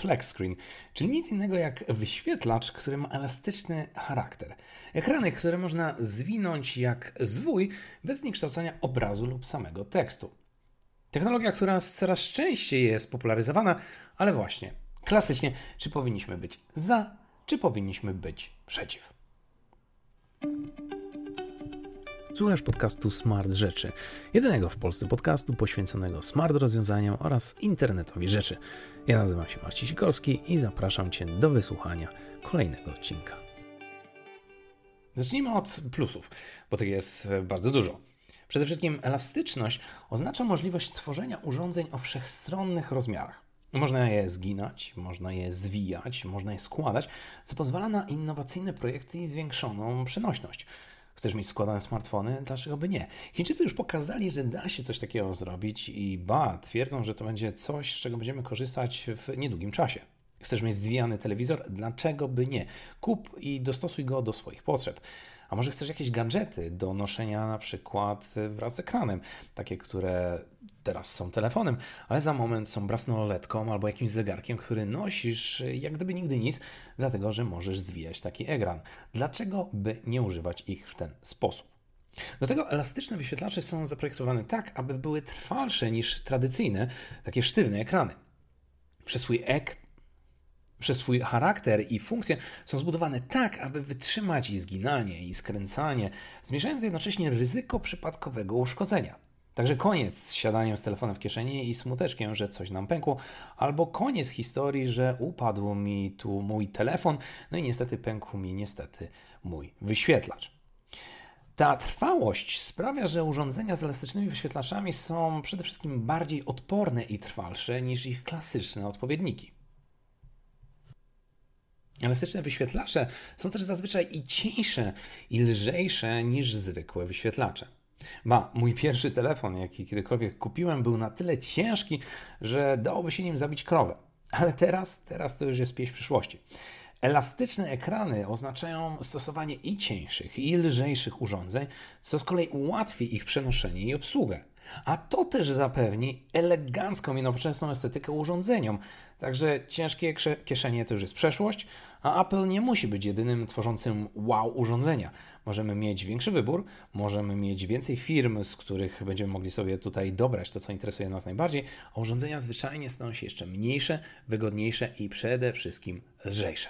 flex screen, czyli nic innego jak wyświetlacz, który ma elastyczny charakter. Ekrany, które można zwinąć jak zwój bez zniekształcania obrazu lub samego tekstu. Technologia, która coraz częściej jest popularyzowana, ale właśnie, klasycznie, czy powinniśmy być za, czy powinniśmy być przeciw? Słuchasz podcastu Smart Rzeczy, jedynego w Polsce podcastu poświęconego smart rozwiązaniom oraz internetowi rzeczy. Ja nazywam się Marcin Sikorski i zapraszam Cię do wysłuchania kolejnego odcinka. Zacznijmy od plusów, bo tych jest bardzo dużo. Przede wszystkim elastyczność oznacza możliwość tworzenia urządzeń o wszechstronnych rozmiarach. Można je zginać, można je zwijać, można je składać, co pozwala na innowacyjne projekty i zwiększoną przenośność. Chcesz mieć składane smartfony? Dlaczego by nie? Chińczycy już pokazali, że da się coś takiego zrobić i twierdzą, że to będzie coś, z czego będziemy korzystać w niedługim czasie. Chcesz mieć zwijany telewizor? Dlaczego by nie? Kup i dostosuj go do swoich potrzeb. A może chcesz jakieś gadżety do noszenia na przykład wraz z ekranem, takie, które teraz są telefonem, ale za moment są brasnoletką albo jakimś zegarkiem, który nosisz jak gdyby nigdy nic, dlatego że możesz zwijać taki ekran. Dlaczego by nie używać ich w ten sposób? Do tego elastyczne wyświetlacze są zaprojektowane tak, aby były trwalsze niż tradycyjne, takie sztywne ekrany. Przez swój charakter i funkcje są zbudowane tak, aby wytrzymać i zginanie, i skręcanie, zmniejszając jednocześnie ryzyko przypadkowego uszkodzenia. Także koniec z siadaniem z telefonem w kieszeni i smuteczkiem, że coś nam pękło, albo koniec historii, że upadł mi tu mój telefon, no i niestety pękł mi mój wyświetlacz. Ta trwałość sprawia, że urządzenia z elastycznymi wyświetlaczami są przede wszystkim bardziej odporne i trwalsze niż ich klasyczne odpowiedniki. Elastyczne wyświetlacze są też zazwyczaj i cieńsze, i lżejsze niż zwykłe wyświetlacze. Mój pierwszy telefon, jaki kiedykolwiek kupiłem, był na tyle ciężki, że dałoby się nim zabić krowę. Ale teraz to już jest pieśń przyszłości. Elastyczne ekrany oznaczają stosowanie i cieńszych, i lżejszych urządzeń, co z kolei ułatwi ich przenoszenie i obsługę. A to też zapewni elegancką i nowoczesną estetykę urządzeniom. Także ciężkie kieszenie to już jest przeszłość, a Apple nie musi być jedynym tworzącym wow urządzenia. Możemy mieć większy wybór, możemy mieć więcej firm, z których będziemy mogli sobie tutaj dobrać to, co interesuje nas najbardziej, a urządzenia zwyczajnie staną się jeszcze mniejsze, wygodniejsze i przede wszystkim lżejsze.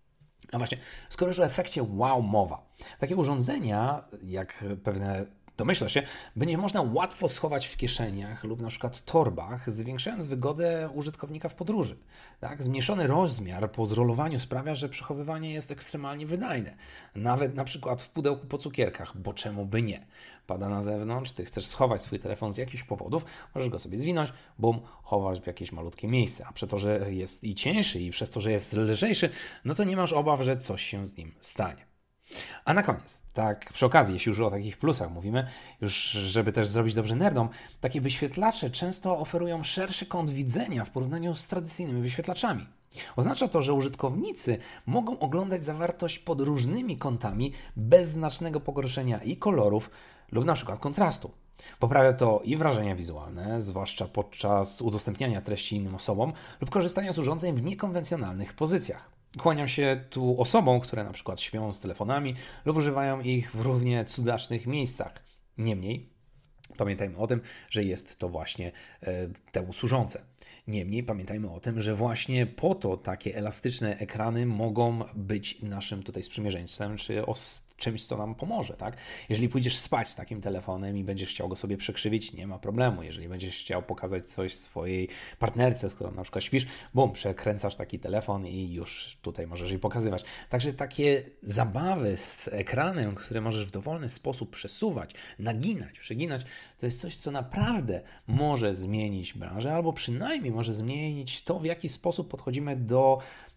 A właśnie, skoro już o efekcie wow mowa, takie urządzenia, jak pewne domyśla się, będzie można łatwo schować w kieszeniach lub na przykład torbach, zwiększając wygodę użytkownika w podróży. Tak? Zmniejszony rozmiar po zrolowaniu sprawia, że przechowywanie jest ekstremalnie wydajne. Nawet na przykład w pudełku po cukierkach, bo czemu by nie? Pada na zewnątrz, ty chcesz schować swój telefon z jakichś powodów, możesz go sobie zwinąć, chowasz w jakieś malutkie miejsce. A przez to, że jest i cieńszy i przez to, że jest lżejszy, no to nie masz obaw, że coś się z nim stanie. A na koniec, tak przy okazji, jeśli już o takich plusach mówimy, już żeby też zrobić dobrze nerdom, takie wyświetlacze często oferują szerszy kąt widzenia w porównaniu z tradycyjnymi wyświetlaczami. Oznacza to, że użytkownicy mogą oglądać zawartość pod różnymi kątami bez znacznego pogorszenia i kolorów lub na przykład kontrastu. Poprawia to i wrażenia wizualne, zwłaszcza podczas udostępniania treści innym osobom lub korzystania z urządzeń w niekonwencjonalnych pozycjach. Kłaniam się tu osobom, które na przykład śpią z telefonami lub używają ich w równie cudacznych miejscach. Niemniej pamiętajmy o tym, że jest to właśnie temu służące. Niemniej pamiętajmy o tym, że właśnie po to takie elastyczne ekrany mogą być naszym tutaj sprzymierzeńcem, czy czymś, co nam pomoże, tak? Jeżeli pójdziesz spać z takim telefonem i będziesz chciał go sobie przekrzywić, nie ma problemu. Jeżeli będziesz chciał pokazać coś swojej partnerce, z którą na przykład śpisz, przekręcasz taki telefon i już tutaj możesz jej pokazywać. Także takie zabawy z ekranem, które możesz w dowolny sposób przesuwać, naginać, przeginać, to jest coś, co naprawdę może zmienić branżę, albo przynajmniej może zmienić to, w jaki sposób podchodzimy do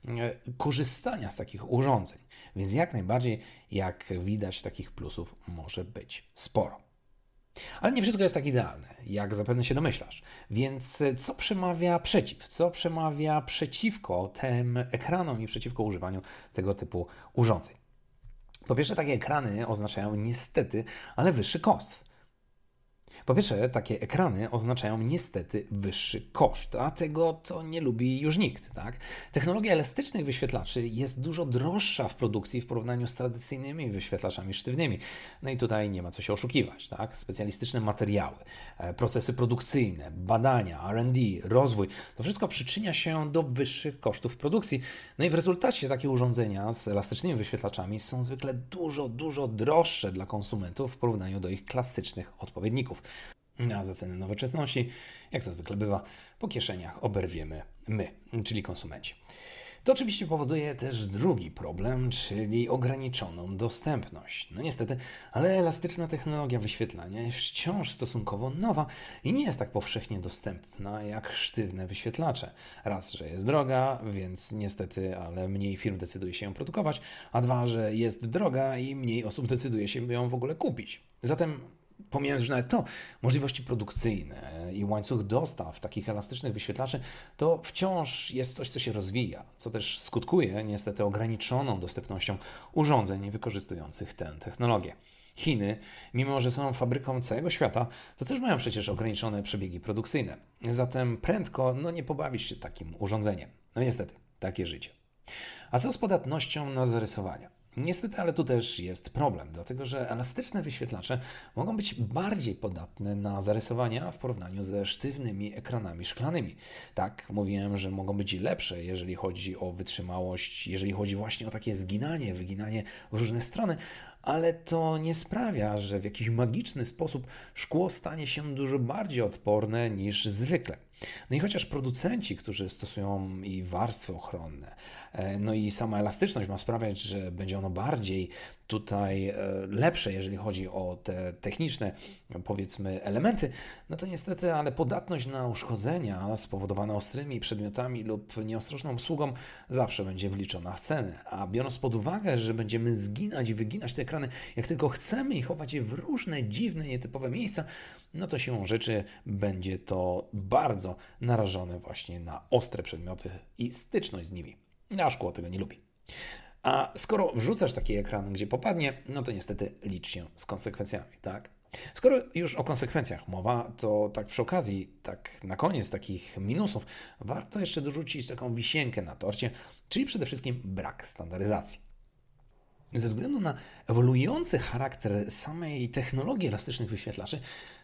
korzystania z takich urządzeń. Więc jak najbardziej, jak widać, takich plusów może być sporo. Ale nie wszystko jest tak idealne, jak zapewne się domyślasz. Więc co przemawia przeciw? Co przemawia przeciwko tym ekranom i przeciwko używaniu tego typu urządzeń? Po pierwsze, takie ekrany oznaczają niestety, ale wyższy koszt. Po pierwsze, takie ekrany oznaczają niestety wyższy koszt, a tego to nie lubi już nikt. Tak? Technologia elastycznych wyświetlaczy jest dużo droższa w produkcji w porównaniu z tradycyjnymi wyświetlaczami sztywnymi. No i tutaj nie ma co się oszukiwać. Tak? Specjalistyczne materiały, procesy produkcyjne, badania, R&D, rozwój, to wszystko przyczynia się do wyższych kosztów produkcji. No i w rezultacie takie urządzenia z elastycznymi wyświetlaczami są zwykle dużo droższe dla konsumentów w porównaniu do ich klasycznych odpowiedników. A za cenę nowoczesności, jak to zwykle bywa, po kieszeniach oberwiemy my, czyli konsumenci. To oczywiście powoduje też drugi problem, czyli ograniczoną dostępność. No niestety, ale elastyczna technologia wyświetlania jest wciąż stosunkowo nowa i nie jest tak powszechnie dostępna jak sztywne wyświetlacze. Raz, że jest droga, więc niestety, ale mniej firm decyduje się ją produkować, a dwa, że jest droga i mniej osób decyduje się ją w ogóle kupić. Zatem pomijając już nawet to, możliwości produkcyjne i łańcuch dostaw takich elastycznych wyświetlaczy to wciąż jest coś, co się rozwija, co też skutkuje niestety ograniczoną dostępnością urządzeń wykorzystujących tę technologię. Chiny, mimo że są fabryką całego świata, to też mają przecież ograniczone przebiegi produkcyjne. Zatem prędko nie pobawisz się takim urządzeniem. No niestety, takie życie. A co z podatnością na zarysowania? Niestety, ale tu też jest problem, dlatego że elastyczne wyświetlacze mogą być bardziej podatne na zarysowania w porównaniu ze sztywnymi ekranami szklanymi. Tak, mówiłem, że mogą być lepsze, jeżeli chodzi o wytrzymałość, jeżeli chodzi właśnie o takie zginanie, wyginanie w różne strony, ale to nie sprawia, że w jakiś magiczny sposób szkło stanie się dużo bardziej odporne niż zwykle. No i chociaż producenci, którzy stosują i warstwy ochronne, no i sama elastyczność ma sprawiać, że będzie ono bardziej tutaj lepsze, jeżeli chodzi o te techniczne, powiedzmy, elementy, no to niestety, ale podatność na uszkodzenia spowodowane ostrymi przedmiotami lub nieostrożną obsługą zawsze będzie wliczona w cenę. A biorąc pod uwagę, że będziemy zginać i wyginać te ekrany, jak tylko chcemy i chować je w różne dziwne, nietypowe miejsca, no to siłą rzeczy będzie to bardzo narażone właśnie na ostre przedmioty i styczność z nimi. A szkło tego nie lubi. A skoro wrzucasz taki ekran, gdzie popadnie, no to niestety licz się z konsekwencjami, tak? Skoro już o konsekwencjach mowa, to tak przy okazji, tak na koniec takich minusów, warto jeszcze dorzucić taką wisienkę na torcie, czyli przede wszystkim brak standaryzacji. Ze względu na ewoluujący charakter samej technologii elastycznych wyświetlaczy,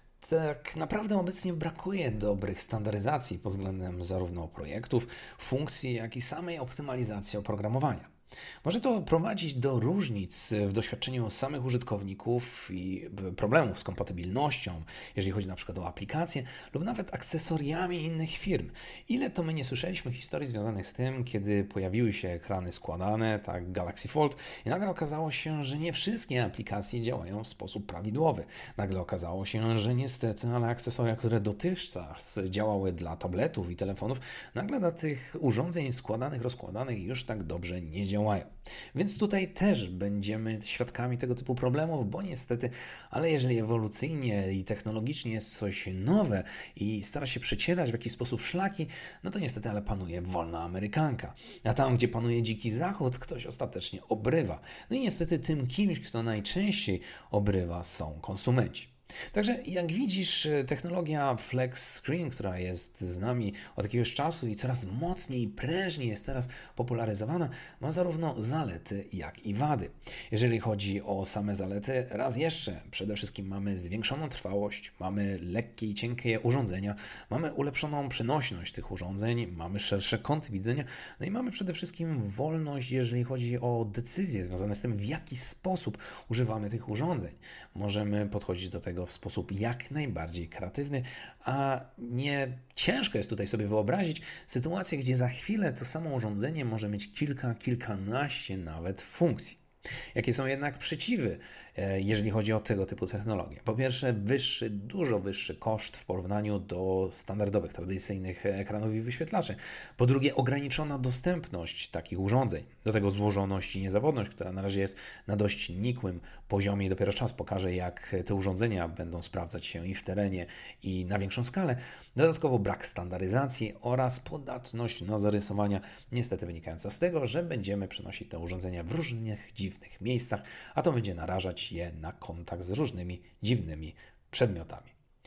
tak naprawdę obecnie brakuje dobrych standaryzacji pod względem zarówno projektów, funkcji, jak i samej optymalizacji oprogramowania. Może to prowadzić do różnic w doświadczeniu samych użytkowników i problemów z kompatybilnością, jeżeli chodzi na przykład o aplikacje lub nawet akcesoriami innych firm. Ile to my nie słyszeliśmy historii związanych z tym, kiedy pojawiły się ekrany składane, tak Galaxy Fold, i nagle okazało się, że nie wszystkie aplikacje działają w sposób prawidłowy. Nagle okazało się, że niestety, ale akcesoria, które dotychczas działały dla tabletów i telefonów, nagle dla tych urządzeń składanych, rozkładanych już tak dobrze nie działają. Więc tutaj też będziemy świadkami tego typu problemów, bo niestety, ale jeżeli ewolucyjnie i technologicznie jest coś nowe i stara się przecierać w jakiś sposób szlaki, no to niestety, ale panuje wolna amerykanka. A tam, gdzie panuje dziki zachód, ktoś ostatecznie obrywa. No i niestety tym kimś, kto najczęściej obrywa, są konsumenci. Także jak widzisz, technologia Flex Screen, która jest z nami od jakiegoś czasu i coraz mocniej i prężniej jest teraz popularyzowana, ma zarówno zalety, jak i wady. Jeżeli chodzi o same zalety, raz jeszcze, przede wszystkim mamy zwiększoną trwałość, mamy lekkie i cienkie urządzenia, mamy ulepszoną przenośność tych urządzeń, mamy szersze kąty widzenia, no i mamy przede wszystkim wolność, jeżeli chodzi o decyzje związane z tym, w jaki sposób używamy tych urządzeń. Możemy podchodzić do tego w sposób jak najbardziej kreatywny, a nie ciężko jest tutaj sobie wyobrazić sytuację, gdzie za chwilę to samo urządzenie może mieć kilkanaście nawet funkcji. Jakie są jednak przeciwy, jeżeli chodzi o tego typu technologie? Po pierwsze, dużo wyższy koszt w porównaniu do standardowych, tradycyjnych ekranów i wyświetlaczy. Po drugie, ograniczona dostępność takich urządzeń. Do tego złożoność i niezawodność, która na razie jest na dość nikłym poziomie i dopiero czas pokaże, jak te urządzenia będą sprawdzać się i w terenie, i na większą skalę. Dodatkowo brak standaryzacji oraz podatność na zarysowania, niestety wynikająca z tego, że będziemy przenosić te urządzenia w różnych dziwnych miejscach, a to będzie narażać je na kontakt z różnymi dziwnymi przedmiotami.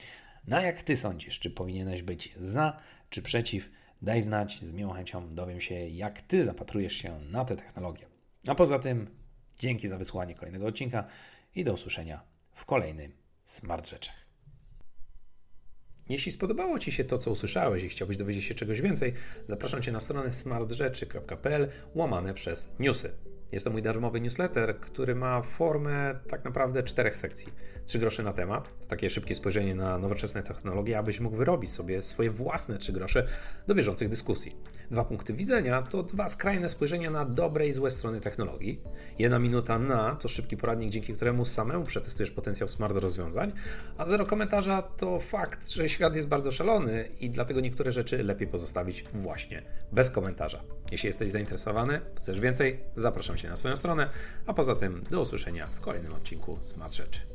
No a jak Ty sądzisz, czy powinieneś być za, czy przeciw? Daj znać, z miłą chęcią dowiem się, jak Ty zapatrujesz się na te technologie. A poza tym, dzięki za wysłuchanie kolejnego odcinka i do usłyszenia w kolejnym Smart Rzeczach. Jeśli spodobało Ci się to, co usłyszałeś i chciałbyś dowiedzieć się czegoś więcej, zapraszam Cię na stronę smartrzeczy.pl/newsy. Jest to mój darmowy newsletter, który ma formę tak naprawdę 4 sekcji. 3 grosze na temat, to takie szybkie spojrzenie na nowoczesne technologie, abyś mógł wyrobić sobie swoje własne 3 grosze do bieżących dyskusji. 2 punkty widzenia to 2 skrajne spojrzenia na dobre i złe strony technologii. 1 minuta na to szybki poradnik, dzięki któremu samemu przetestujesz potencjał smart rozwiązań, a 0 komentarza to fakt, że świat jest bardzo szalony i dlatego niektóre rzeczy lepiej pozostawić właśnie bez komentarza. Jeśli jesteś zainteresowany, chcesz więcej, zapraszam Cię na swoją stronę, a poza tym do usłyszenia w kolejnym odcinku Smart Rzeczy.